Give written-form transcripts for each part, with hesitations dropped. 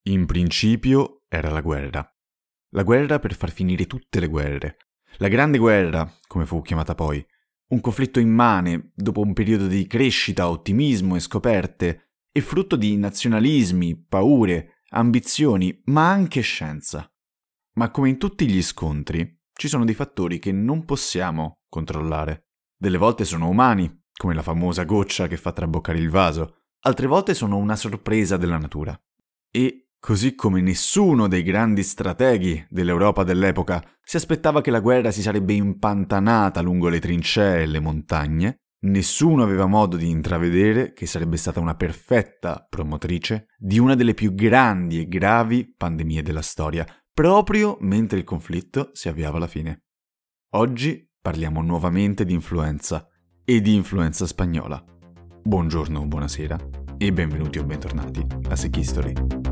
In principio era la guerra. La guerra per far finire tutte le guerre. La Grande Guerra, come fu chiamata poi. Un conflitto immane, dopo un periodo di crescita, ottimismo e scoperte, e frutto di nazionalismi, paure, ambizioni, ma anche scienza. Ma come in tutti gli scontri, ci sono dei fattori che non possiamo controllare. Delle volte sono umani, come la famosa goccia che fa traboccare il vaso. Altre volte sono una sorpresa della natura. E, così come nessuno dei grandi strateghi dell'Europa dell'epoca si aspettava che la guerra si sarebbe impantanata lungo le trincee e le montagne, nessuno aveva modo di intravedere che sarebbe stata una perfetta promotrice di una delle più grandi e gravi pandemie della storia, proprio mentre il conflitto si avviava alla fine. Oggi parliamo nuovamente di influenza e di influenza spagnola. Buongiorno o buonasera e benvenuti o bentornati a Sick History.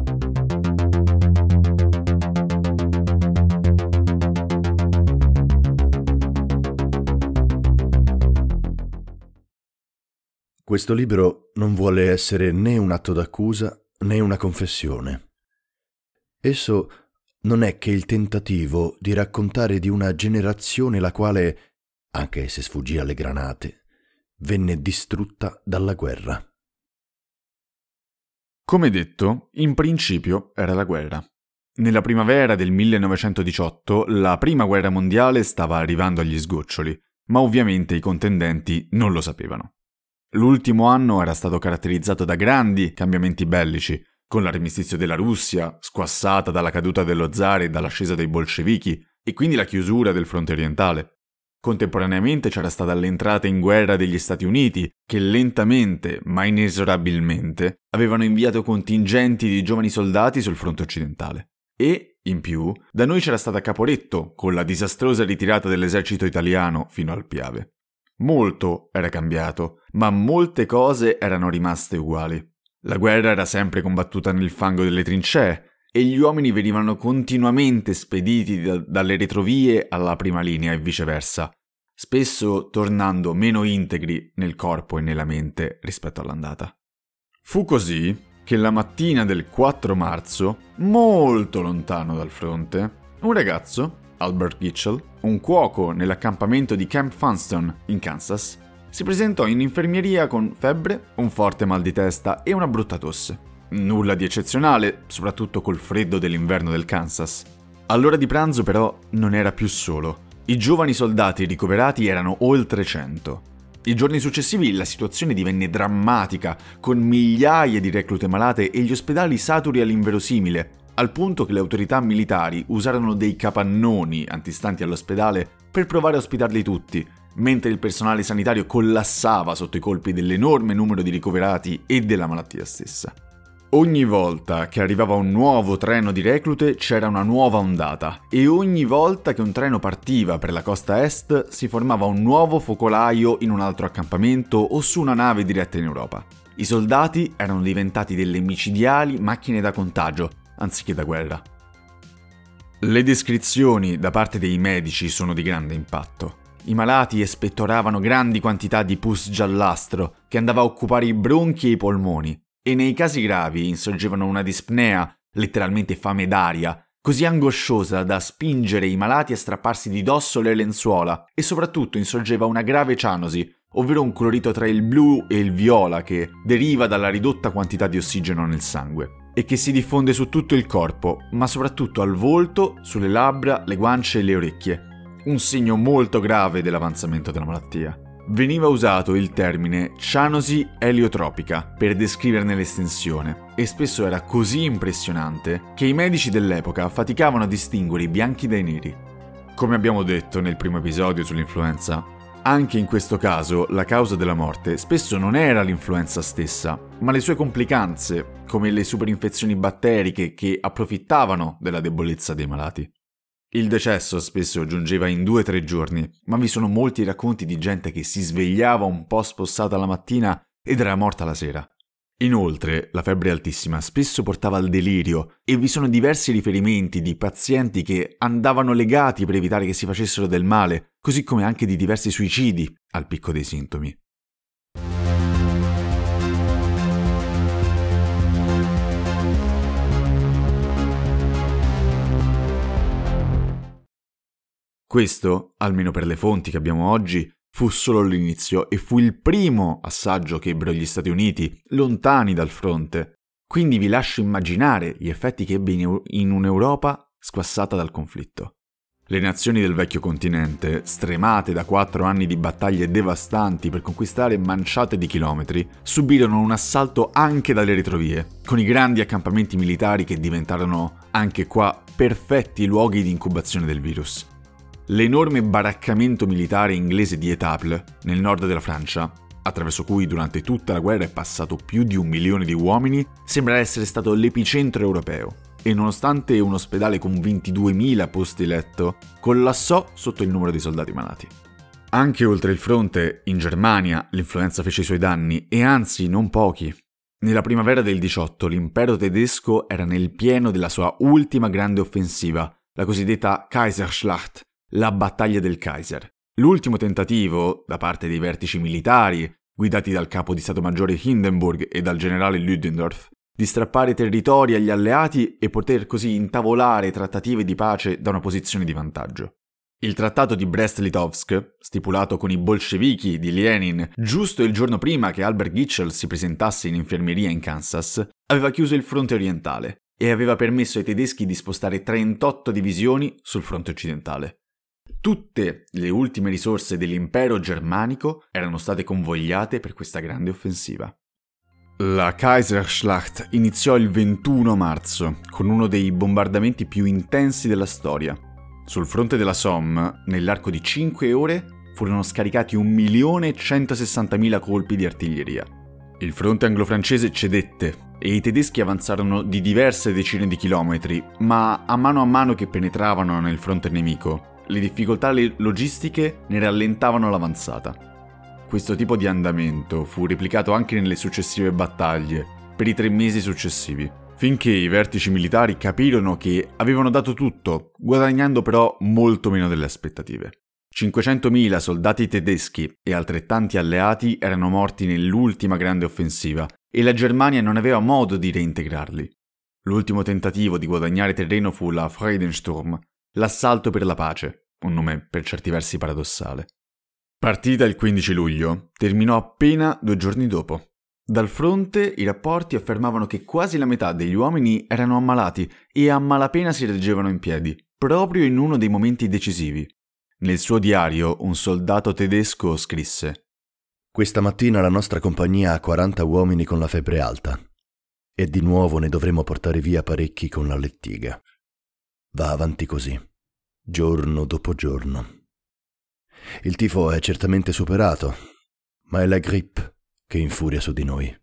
Questo libro non vuole essere né un atto d'accusa né una confessione. Esso non è che il tentativo di raccontare di una generazione la quale, anche se sfuggì alle granate, venne distrutta dalla guerra. Come detto, in principio era la guerra. Nella primavera del 1918 la prima guerra mondiale stava arrivando agli sgoccioli, ma ovviamente i contendenti non lo sapevano. L'ultimo anno era stato caratterizzato da grandi cambiamenti bellici, con l'armistizio della Russia, squassata dalla caduta dello zar e dall'ascesa dei bolscevichi, e quindi la chiusura del fronte orientale. Contemporaneamente c'era stata l'entrata in guerra degli Stati Uniti, che lentamente, ma inesorabilmente, avevano inviato contingenti di giovani soldati sul fronte occidentale. E, in più, da noi c'era stata Caporetto, con la disastrosa ritirata dell'esercito italiano fino al Piave. Molto era cambiato, ma molte cose erano rimaste uguali. La guerra era sempre combattuta nel fango delle trincee e gli uomini venivano continuamente spediti dalle retrovie alla prima linea e viceversa, spesso tornando meno integri nel corpo e nella mente rispetto all'andata. Fu così che la mattina del 4 marzo, molto lontano dal fronte, un ragazzo, Albert Gitchell, un cuoco nell'accampamento di Camp Funston in Kansas, si presentò in infermieria con febbre, un forte mal di testa e una brutta tosse. Nulla di eccezionale, soprattutto col freddo dell'inverno del Kansas. All'ora di pranzo però non era più solo. I giovani soldati ricoverati erano oltre 100. I giorni successivi la situazione divenne drammatica, con migliaia di reclute malate e gli ospedali saturi all'inverosimile, al punto che le autorità militari usarono dei capannoni antistanti all'ospedale per provare a ospitarli tutti, mentre il personale sanitario collassava sotto i colpi dell'enorme numero di ricoverati e della malattia stessa. Ogni volta che arrivava un nuovo treno di reclute c'era una nuova ondata e ogni volta che un treno partiva per la costa est si formava un nuovo focolaio in un altro accampamento o su una nave diretta in Europa. I soldati erano diventati delle micidiali macchine da contagio, anziché da guerra. Le descrizioni da parte dei medici sono di grande impatto. I malati espettoravano grandi quantità di pus giallastro che andava a occupare i bronchi e i polmoni e nei casi gravi insorgevano una dispnea, letteralmente fame d'aria, così angosciosa da spingere i malati a strapparsi di dosso le lenzuola e soprattutto insorgeva una grave cianosi, ovvero un colorito tra il blu e il viola che deriva dalla ridotta quantità di ossigeno nel sangue e che si diffonde su tutto il corpo, ma soprattutto al volto, sulle labbra, le guance e le orecchie. Un segno molto grave dell'avanzamento della malattia. Veniva usato il termine cianosi eliotropica per descriverne l'estensione e spesso era così impressionante che i medici dell'epoca faticavano a distinguere i bianchi dai neri. Come abbiamo detto nel primo episodio sull'influenza, anche in questo caso la causa della morte spesso non era l'influenza stessa, ma le sue complicanze, come le superinfezioni batteriche che approfittavano della debolezza dei malati. Il decesso spesso giungeva in 2-3 giorni, ma vi sono molti racconti di gente che si svegliava un po' spossata la mattina ed era morta la sera. Inoltre, la febbre altissima spesso portava al delirio e vi sono diversi riferimenti di pazienti che andavano legati per evitare che si facessero del male, così come anche di diversi suicidi al picco dei sintomi. Questo, almeno per le fonti che abbiamo oggi, fu solo l'inizio e fu il primo assaggio che ebbero gli Stati Uniti, lontani dal fronte. Quindi vi lascio immaginare gli effetti che ebbe in un'Europa squassata dal conflitto. Le nazioni del vecchio continente, stremate da 4 anni di battaglie devastanti per conquistare manciate di chilometri, subirono un assalto anche dalle retrovie, con i grandi accampamenti militari che diventarono, anche qua, perfetti luoghi di incubazione del virus. L'enorme baraccamento militare inglese di Étaples, nel nord della Francia, attraverso cui durante tutta la guerra è passato più di 1 milione di uomini, sembra essere stato l'epicentro europeo. E nonostante un ospedale con 22.000 posti letto, collassò sotto il numero di soldati malati. Anche oltre il fronte, in Germania, l'influenza fece i suoi danni, e anzi non pochi. Nella primavera del 18 l'impero tedesco era nel pieno della sua ultima grande offensiva, la cosiddetta Kaiserschlacht, la battaglia del Kaiser. L'ultimo tentativo, da parte dei vertici militari, guidati dal capo di Stato Maggiore Hindenburg e dal generale Ludendorff, di strappare territori agli alleati e poter così intavolare trattative di pace da una posizione di vantaggio. Il trattato di Brest-Litovsk, stipulato con i bolscevichi di Lenin giusto il giorno prima che Albert Gitschel si presentasse in infermeria in Kansas, aveva chiuso il fronte orientale e aveva permesso ai tedeschi di spostare 38 divisioni sul fronte occidentale. Tutte le ultime risorse dell'impero germanico erano state convogliate per questa grande offensiva. La Kaiserschlacht iniziò il 21 marzo, con uno dei bombardamenti più intensi della storia. Sul fronte della Somme, nell'arco di 5 ore, furono scaricati 1.160.000 colpi di artiglieria. Il fronte anglo-francese cedette e i tedeschi avanzarono di diverse decine di chilometri, ma a mano che penetravano nel fronte nemico, le difficoltà logistiche ne rallentavano l'avanzata. Questo tipo di andamento fu replicato anche nelle successive battaglie, per i 3 mesi successivi, finché i vertici militari capirono che avevano dato tutto, guadagnando però molto meno delle aspettative. 500.000 soldati tedeschi e altrettanti alleati erano morti nell'ultima grande offensiva e la Germania non aveva modo di reintegrarli. L'ultimo tentativo di guadagnare terreno fu la Friedenssturm, l'assalto per la pace, un nome per certi versi paradossale. Partita il 15 luglio, terminò appena 2 giorni dopo. Dal fronte i rapporti affermavano che quasi la metà degli uomini erano ammalati e a malapena si reggevano in piedi, proprio in uno dei momenti decisivi. Nel suo diario un soldato tedesco scrisse: «Questa mattina la nostra compagnia ha 40 uomini con la febbre alta e di nuovo ne dovremo portare via parecchi con la lettiga. Va avanti così, giorno dopo giorno. Il tifo è certamente superato, ma è la grippe che infuria su di noi».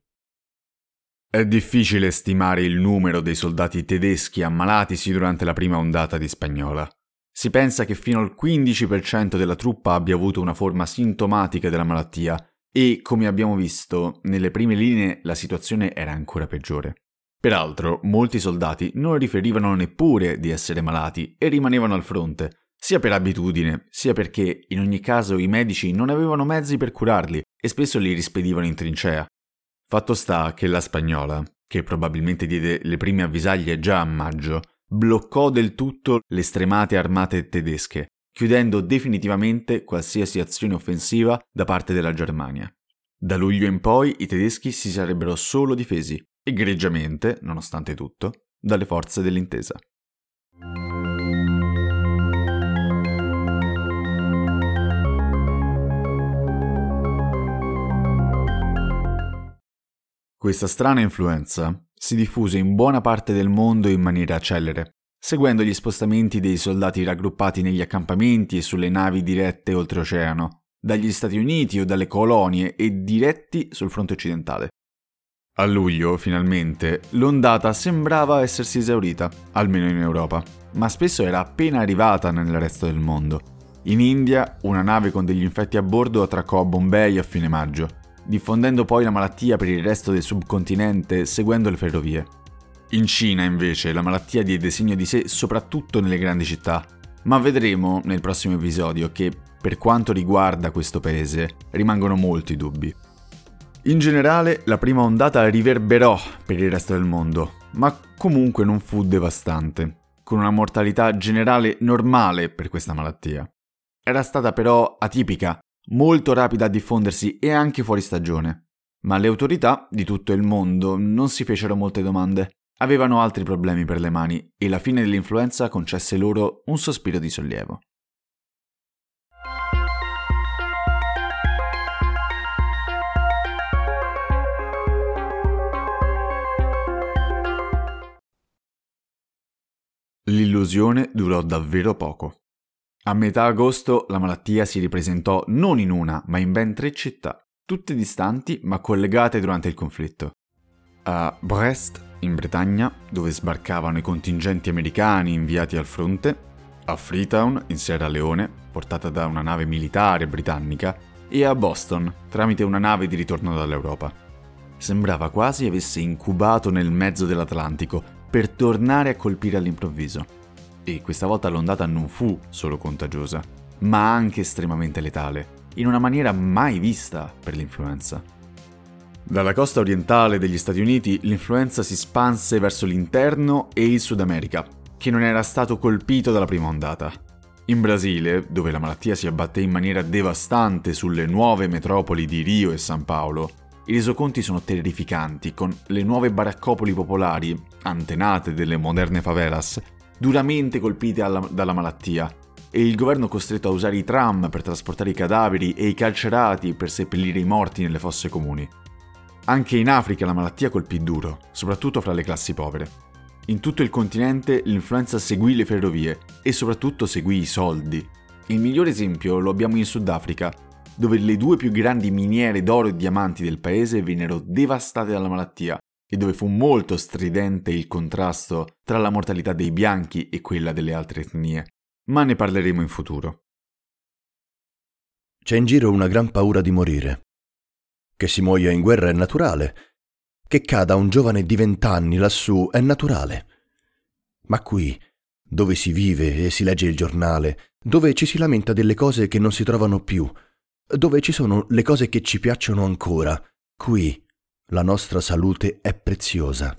È difficile stimare il numero dei soldati tedeschi ammalatisi durante la prima ondata di Spagnola. Si pensa che fino al 15% della truppa abbia avuto una forma sintomatica della malattia e, come abbiamo visto, nelle prime linee la situazione era ancora peggiore. Peraltro, molti soldati non riferivano neppure di essere malati e rimanevano al fronte, sia per abitudine, sia perché in ogni caso i medici non avevano mezzi per curarli e spesso li rispedivano in trincea. Fatto sta che la Spagnola, che probabilmente diede le prime avvisaglie già a maggio, bloccò del tutto le stremate armate tedesche, chiudendo definitivamente qualsiasi azione offensiva da parte della Germania. Da luglio in poi i tedeschi si sarebbero solo difesi, egregiamente, nonostante tutto, dalle forze dell'intesa. Questa strana influenza si diffuse in buona parte del mondo in maniera celere, seguendo gli spostamenti dei soldati raggruppati negli accampamenti e sulle navi dirette oltreoceano, dagli Stati Uniti o dalle colonie e diretti sul fronte occidentale. A luglio, finalmente, l'ondata sembrava essersi esaurita, almeno in Europa, ma spesso era appena arrivata nel resto del mondo. In India, una nave con degli infetti a bordo attraccò a Bombay a fine maggio, diffondendo poi la malattia per il resto del subcontinente seguendo le ferrovie. In Cina, invece, la malattia diede segno di sé soprattutto nelle grandi città, ma vedremo nel prossimo episodio che, per quanto riguarda questo paese, rimangono molti dubbi. In generale, la prima ondata riverberò per il resto del mondo, ma comunque non fu devastante, con una mortalità generale normale per questa malattia. Era stata però atipica, molto rapida a diffondersi e anche fuori stagione. Ma le autorità di tutto il mondo non si fecero molte domande. Avevano altri problemi per le mani e la fine dell'influenza concesse loro un sospiro di sollievo. L'illusione durò davvero poco. A metà agosto la malattia si ripresentò non in una, ma in ben 3 città, tutte distanti ma collegate durante il conflitto. A Brest, in Bretagna, dove sbarcavano i contingenti americani inviati al fronte, a Freetown, in Sierra Leone, portata da una nave militare britannica, e a Boston, tramite una nave di ritorno dall'Europa. Sembrava quasi avesse incubato nel mezzo dell'Atlantico per tornare a colpire all'improvviso. E questa volta l'ondata non fu solo contagiosa, ma anche estremamente letale, in una maniera mai vista per l'influenza. Dalla costa orientale degli Stati Uniti l'influenza si spanse verso l'interno e il Sud America, che non era stato colpito dalla prima ondata. In Brasile, dove la malattia si abbatté in maniera devastante sulle nuove metropoli di Rio e San Paolo, i resoconti sono terrificanti, con le nuove baraccopoli popolari, antenate delle moderne favelas, duramente colpite dalla malattia, e il governo costretto a usare i tram per trasportare i cadaveri e i carcerati per seppellire i morti nelle fosse comuni. Anche in Africa la malattia colpì duro, soprattutto fra le classi povere. In tutto il continente l'influenza seguì le ferrovie e soprattutto seguì i soldi. Il migliore esempio lo abbiamo in Sudafrica, dove le 2 più grandi miniere d'oro e diamanti del paese vennero devastate dalla malattia e dove fu molto stridente il contrasto tra la mortalità dei bianchi e quella delle altre etnie. Ma ne parleremo in futuro. C'è in giro una gran paura di morire. Che si muoia in guerra è naturale. Che cada un giovane di 20 anni lassù è naturale. Ma qui, dove si vive e si legge il giornale, dove ci si lamenta delle cose che non si trovano più, dove ci sono le cose che ci piacciono ancora, qui la nostra salute è preziosa.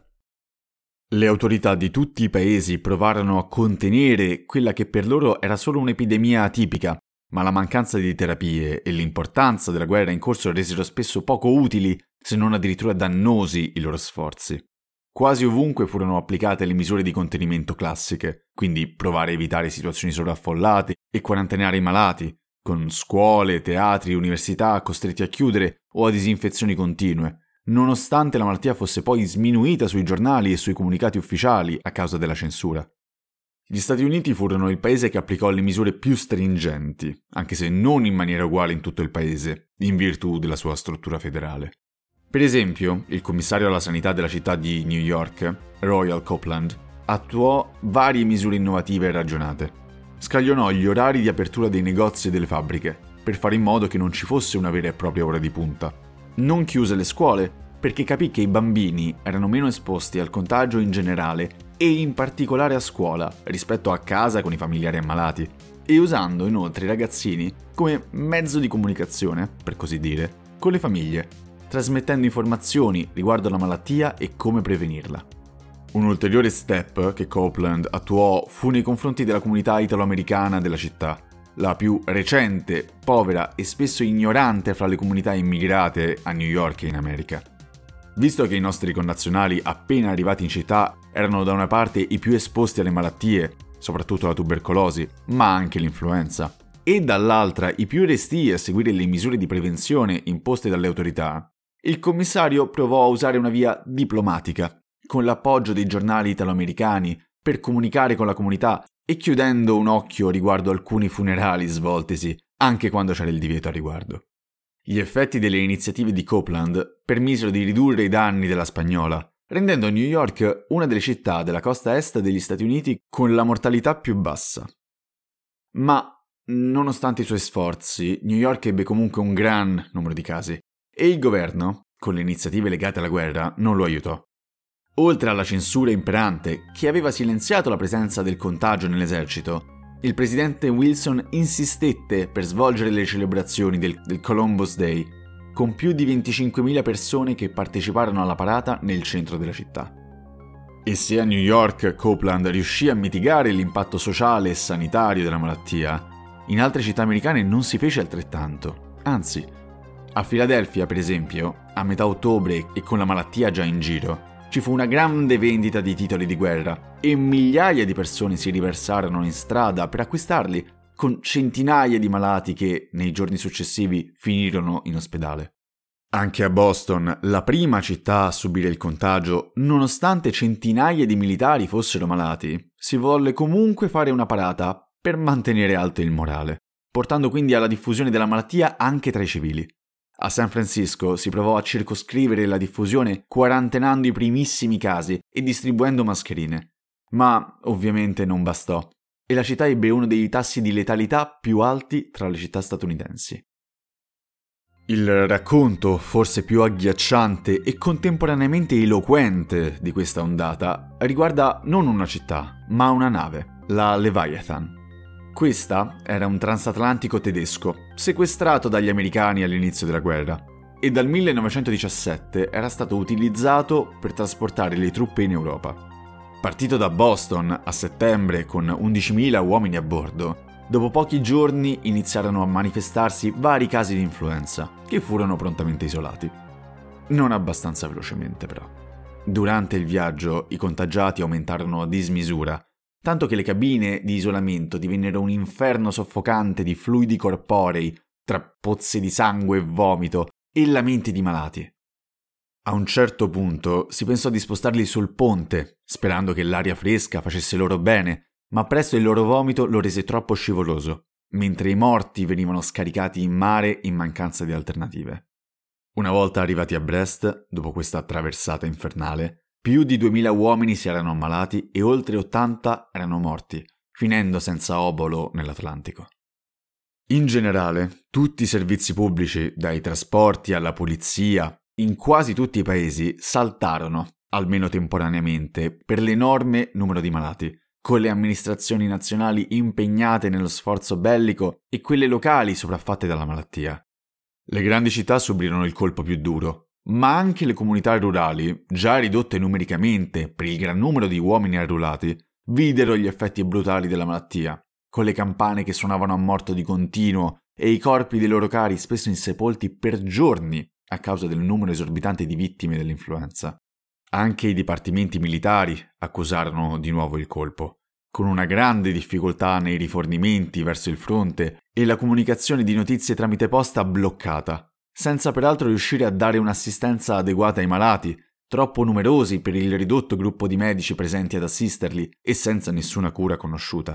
Le autorità di tutti i paesi provarono a contenere quella che per loro era solo un'epidemia atipica, ma la mancanza di terapie e l'importanza della guerra in corso resero spesso poco utili, se non addirittura dannosi, i loro sforzi. Quasi ovunque furono applicate le misure di contenimento classiche, quindi provare a evitare situazioni sovraffollate e quarantenare i malati, con scuole, teatri, università costretti a chiudere o a disinfezioni continue, nonostante la malattia fosse poi sminuita sui giornali e sui comunicati ufficiali a causa della censura. Gli Stati Uniti furono il paese che applicò le misure più stringenti, anche se non in maniera uguale in tutto il paese, in virtù della sua struttura federale. Per esempio, il commissario alla sanità della città di New York, Royal Copeland, attuò varie misure innovative e ragionate. Scaglionò gli orari di apertura dei negozi e delle fabbriche, per fare in modo che non ci fosse una vera e propria ora di punta. Non chiuse le scuole, perché capì che i bambini erano meno esposti al contagio in generale e in particolare a scuola rispetto a casa con i familiari ammalati, e usando inoltre i ragazzini come mezzo di comunicazione, per così dire, con le famiglie, trasmettendo informazioni riguardo la malattia e come prevenirla. Un ulteriore step che Copeland attuò fu nei confronti della comunità italo-americana della città, la più recente, povera e spesso ignorante fra le comunità immigrate a New York e in America. Visto che i nostri connazionali appena arrivati in città erano da una parte i più esposti alle malattie, soprattutto la tubercolosi, ma anche l'influenza, e dall'altra i più restii a seguire le misure di prevenzione imposte dalle autorità, il commissario provò a usare una via diplomatica, con l'appoggio dei giornali italo-americani, per comunicare con la comunità e chiudendo un occhio riguardo alcuni funerali svoltisi, anche quando c'era il divieto a riguardo. Gli effetti delle iniziative di Copeland permisero di ridurre i danni della spagnola, rendendo New York una delle città della costa est degli Stati Uniti con la mortalità più bassa. Ma, nonostante i suoi sforzi, New York ebbe comunque un gran numero di casi, e il governo, con le iniziative legate alla guerra, non lo aiutò. Oltre alla censura imperante, che aveva silenziato la presenza del contagio nell'esercito, il presidente Wilson insistette per svolgere le celebrazioni del Columbus Day, con più di 25.000 persone che parteciparono alla parata nel centro della città. E se a New York Copeland riuscì a mitigare l'impatto sociale e sanitario della malattia, In altre città americane non si fece altrettanto. Anzi, a Filadelfia, per esempio, a metà ottobre e con la malattia già in giro, ci fu una grande vendita di titoli di guerra e migliaia di persone si riversarono in strada per acquistarli, con centinaia di malati che, nei giorni successivi, finirono in ospedale. Anche a Boston, la prima città a subire il contagio, nonostante centinaia di militari fossero malati, si volle comunque fare una parata per mantenere alto il morale, portando quindi alla diffusione della malattia anche tra i civili. A San Francisco si provò a circoscrivere la diffusione quarantenando i primissimi casi e distribuendo mascherine, ma ovviamente non bastò e la città ebbe uno dei tassi di letalità più alti tra le città statunitensi. Il racconto forse più agghiacciante e contemporaneamente eloquente di questa ondata riguarda non una città, ma una nave, la Leviathan. Questa era un transatlantico tedesco, sequestrato dagli americani all'inizio della guerra, e dal 1917 era stato utilizzato per trasportare le truppe in Europa. Partito da Boston a settembre con 11.000 uomini a bordo, dopo pochi giorni iniziarono a manifestarsi vari casi di influenza, che furono prontamente isolati. Non abbastanza velocemente, però. Durante il viaggio i contagiati aumentarono a dismisura, tanto che le cabine di isolamento divennero un inferno soffocante di fluidi corporei, tra pozze di sangue e vomito, e lamenti di malati. A un certo punto si pensò di spostarli sul ponte, sperando che l'aria fresca facesse loro bene, ma presto il loro vomito lo rese troppo scivoloso, mentre i morti venivano scaricati in mare in mancanza di alternative. Una volta arrivati a Brest, dopo questa traversata infernale, più di 2.000 uomini si erano ammalati e oltre 80 erano morti, finendo senza obolo nell'Atlantico. In generale, tutti i servizi pubblici, dai trasporti alla polizia, in quasi tutti i paesi saltarono, almeno temporaneamente, per l'enorme numero di malati, con le amministrazioni nazionali impegnate nello sforzo bellico e quelle locali sopraffatte dalla malattia. Le grandi città subirono il colpo più duro, ma anche le comunità rurali, già ridotte numericamente per il gran numero di uomini arruolati, videro gli effetti brutali della malattia, con le campane che suonavano a morto di continuo e i corpi dei loro cari spesso insepolti per giorni a causa del numero esorbitante di vittime dell'influenza. Anche i dipartimenti militari accusarono di nuovo il colpo, con una grande difficoltà nei rifornimenti verso il fronte e la comunicazione di notizie tramite posta bloccata, senza peraltro riuscire a dare un'assistenza adeguata ai malati, troppo numerosi per il ridotto gruppo di medici presenti ad assisterli e senza nessuna cura conosciuta.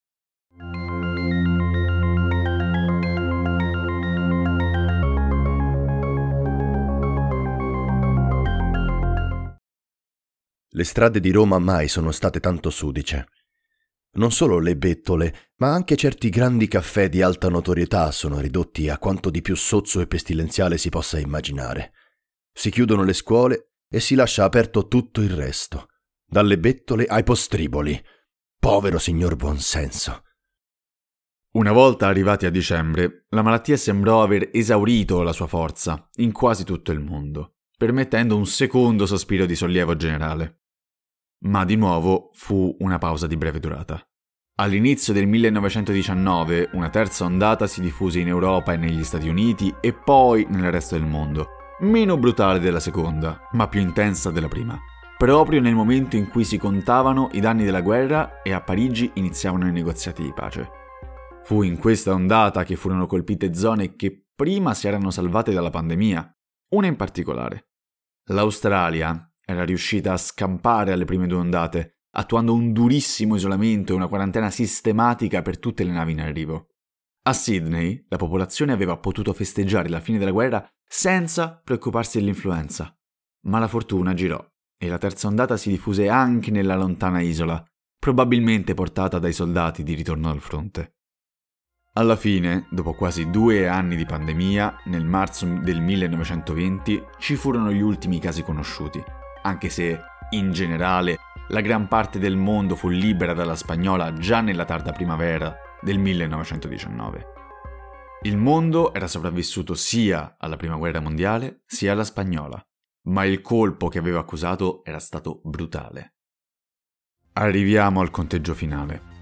Le strade di Roma mai sono state tanto sudice. Non solo le bettole, ma anche certi grandi caffè di alta notorietà sono ridotti a quanto di più sozzo e pestilenziale si possa immaginare. Si chiudono le scuole e si lascia aperto tutto il resto, dalle bettole ai postriboli. Povero signor buonsenso. Una volta arrivati a dicembre, la malattia sembrò aver esaurito la sua forza in quasi tutto il mondo, permettendo un secondo sospiro di sollievo generale. Ma di nuovo fu una pausa di breve durata. All'inizio del 1919 una terza ondata si diffuse in Europa e negli Stati Uniti e poi nel resto del mondo, meno brutale della seconda, ma più intensa della prima, proprio nel momento in cui si contavano i danni della guerra e a Parigi iniziavano i negoziati di pace. Fu in questa ondata che furono colpite zone che prima si erano salvate dalla pandemia, una in particolare. L'Australia era riuscita a scampare alle prime due ondate, attuando un durissimo isolamento e una quarantena sistematica per tutte le navi in arrivo. A Sydney la popolazione aveva potuto festeggiare la fine della guerra senza preoccuparsi dell'influenza, ma la fortuna girò e la terza ondata si diffuse anche nella lontana isola, probabilmente portata dai soldati di ritorno dal fronte. Alla fine, dopo quasi 2 anni di pandemia, nel marzo del 1920 ci furono gli ultimi casi conosciuti, anche se, in generale, la gran parte del mondo fu libera dalla spagnola già nella tarda primavera del 1919. Il mondo era sopravvissuto sia alla Prima Guerra Mondiale sia alla spagnola, ma il colpo che aveva accusato era stato brutale. Arriviamo al conteggio finale.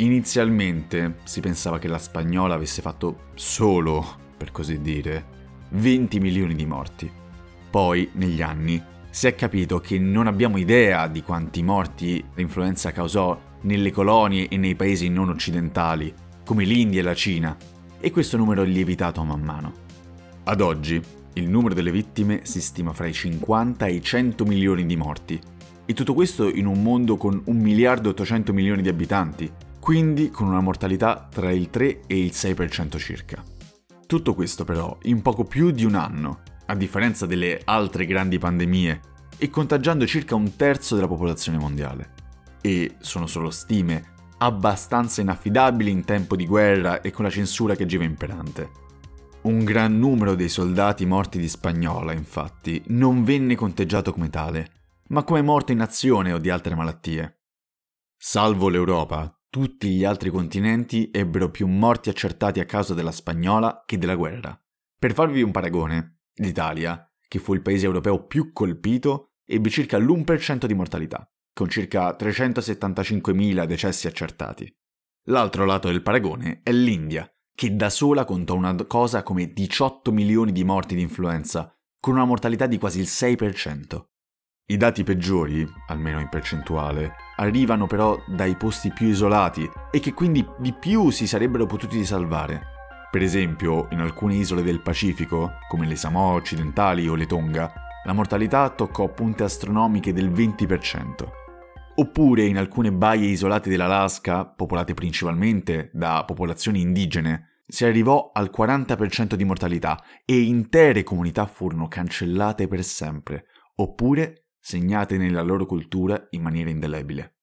Inizialmente si pensava che la spagnola avesse fatto solo, per così dire, 20 milioni di morti. Poi, negli anni, si è capito che non abbiamo idea di quanti morti l'influenza causò nelle colonie e nei paesi non occidentali, come l'India e la Cina, e questo numero è lievitato man mano. Ad oggi, il numero delle vittime si stima fra i 50 e i 100 milioni di morti, e tutto questo in un mondo con 1 miliardo e 800 milioni di abitanti, quindi con una mortalità tra il 3 e il 6% circa. Tutto questo però in poco più di un anno, a differenza delle altre grandi pandemie, e contagiando circa 1/3 della popolazione mondiale. E sono solo stime, abbastanza inaffidabili in tempo di guerra e con la censura che gira imperante. Un gran numero dei soldati morti di Spagnola, infatti, non venne conteggiato come tale, ma come morto in azione o di altre malattie. Salvo l'Europa, tutti gli altri continenti ebbero più morti accertati a causa della Spagnola che della guerra. Per farvi un paragone, l'Italia, che fu il paese europeo più colpito, ebbe circa l'1% di mortalità, con circa 375.000 decessi accertati. L'altro lato del paragone è l'India, che da sola contò una cosa come 18 milioni di morti di influenza, con una mortalità di quasi il 6%. I dati peggiori, almeno in percentuale, arrivano però dai posti più isolati e che quindi di più si sarebbero potuti salvare. Per esempio, in alcune isole del Pacifico, come le Samoa occidentali o le Tonga, la mortalità toccò punte astronomiche del 20%. Oppure in alcune baie isolate dell'Alaska, popolate principalmente da popolazioni indigene, si arrivò al 40% di mortalità e intere comunità furono cancellate per sempre, oppure segnate nella loro cultura in maniera indelebile.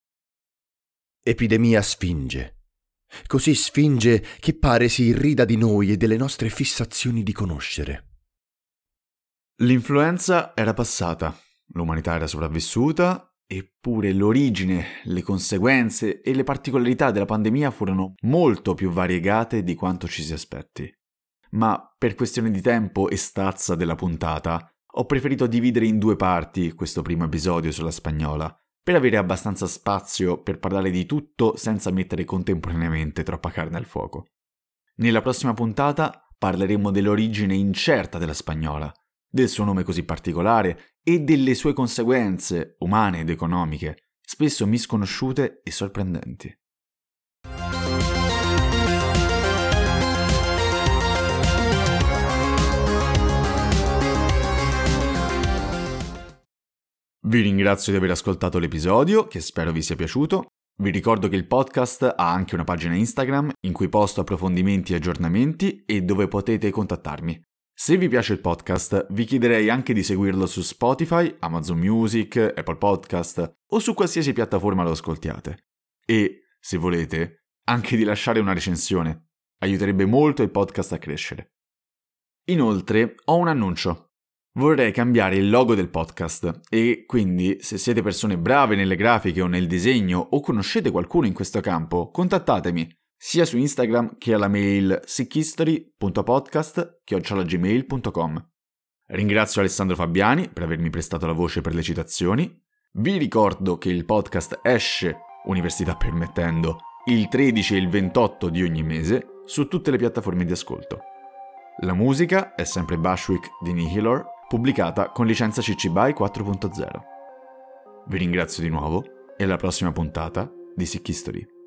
Epidemia sfinge. Così sfinge che pare si irrida di noi e delle nostre fissazioni di conoscere. L'influenza era passata, l'umanità era sopravvissuta, eppure l'origine, le conseguenze e le particolarità della pandemia furono molto più variegate di quanto ci si aspetti. Ma per questione di tempo e stazza della puntata, ho preferito dividere in 2 parti questo primo episodio sulla Spagnola, per avere abbastanza spazio per parlare di tutto senza mettere contemporaneamente troppa carne al fuoco. Nella prossima puntata parleremo dell'origine incerta della Spagnola, del suo nome così particolare e delle sue conseguenze, umane ed economiche, spesso misconosciute e sorprendenti. Vi ringrazio di aver ascoltato l'episodio, che spero vi sia piaciuto. Vi ricordo che il podcast ha anche una pagina Instagram in cui posto approfondimenti e aggiornamenti e dove potete contattarmi. Se vi piace il podcast, vi chiederei anche di seguirlo su Spotify, Amazon Music, Apple Podcast o su qualsiasi piattaforma lo ascoltiate. E, se volete, anche di lasciare una recensione. Aiuterebbe molto il podcast a crescere. Inoltre, ho un annuncio. Vorrei cambiare il logo del podcast e quindi, se siete persone brave nelle grafiche o nel disegno o conoscete qualcuno in questo campo, contattatemi sia su Instagram che alla mail sickhistory.podcast@gmail.com. Ringrazio Alessandro Fabiani per avermi prestato la voce per le citazioni. Vi ricordo che il podcast esce, università permettendo, il 13 e il 28 di ogni mese su tutte le piattaforme di ascolto. La musica è sempre Bushwick di Nihilor, pubblicata con licenza CC BY 4.0. Vi ringrazio di nuovo e alla prossima puntata di Sick History.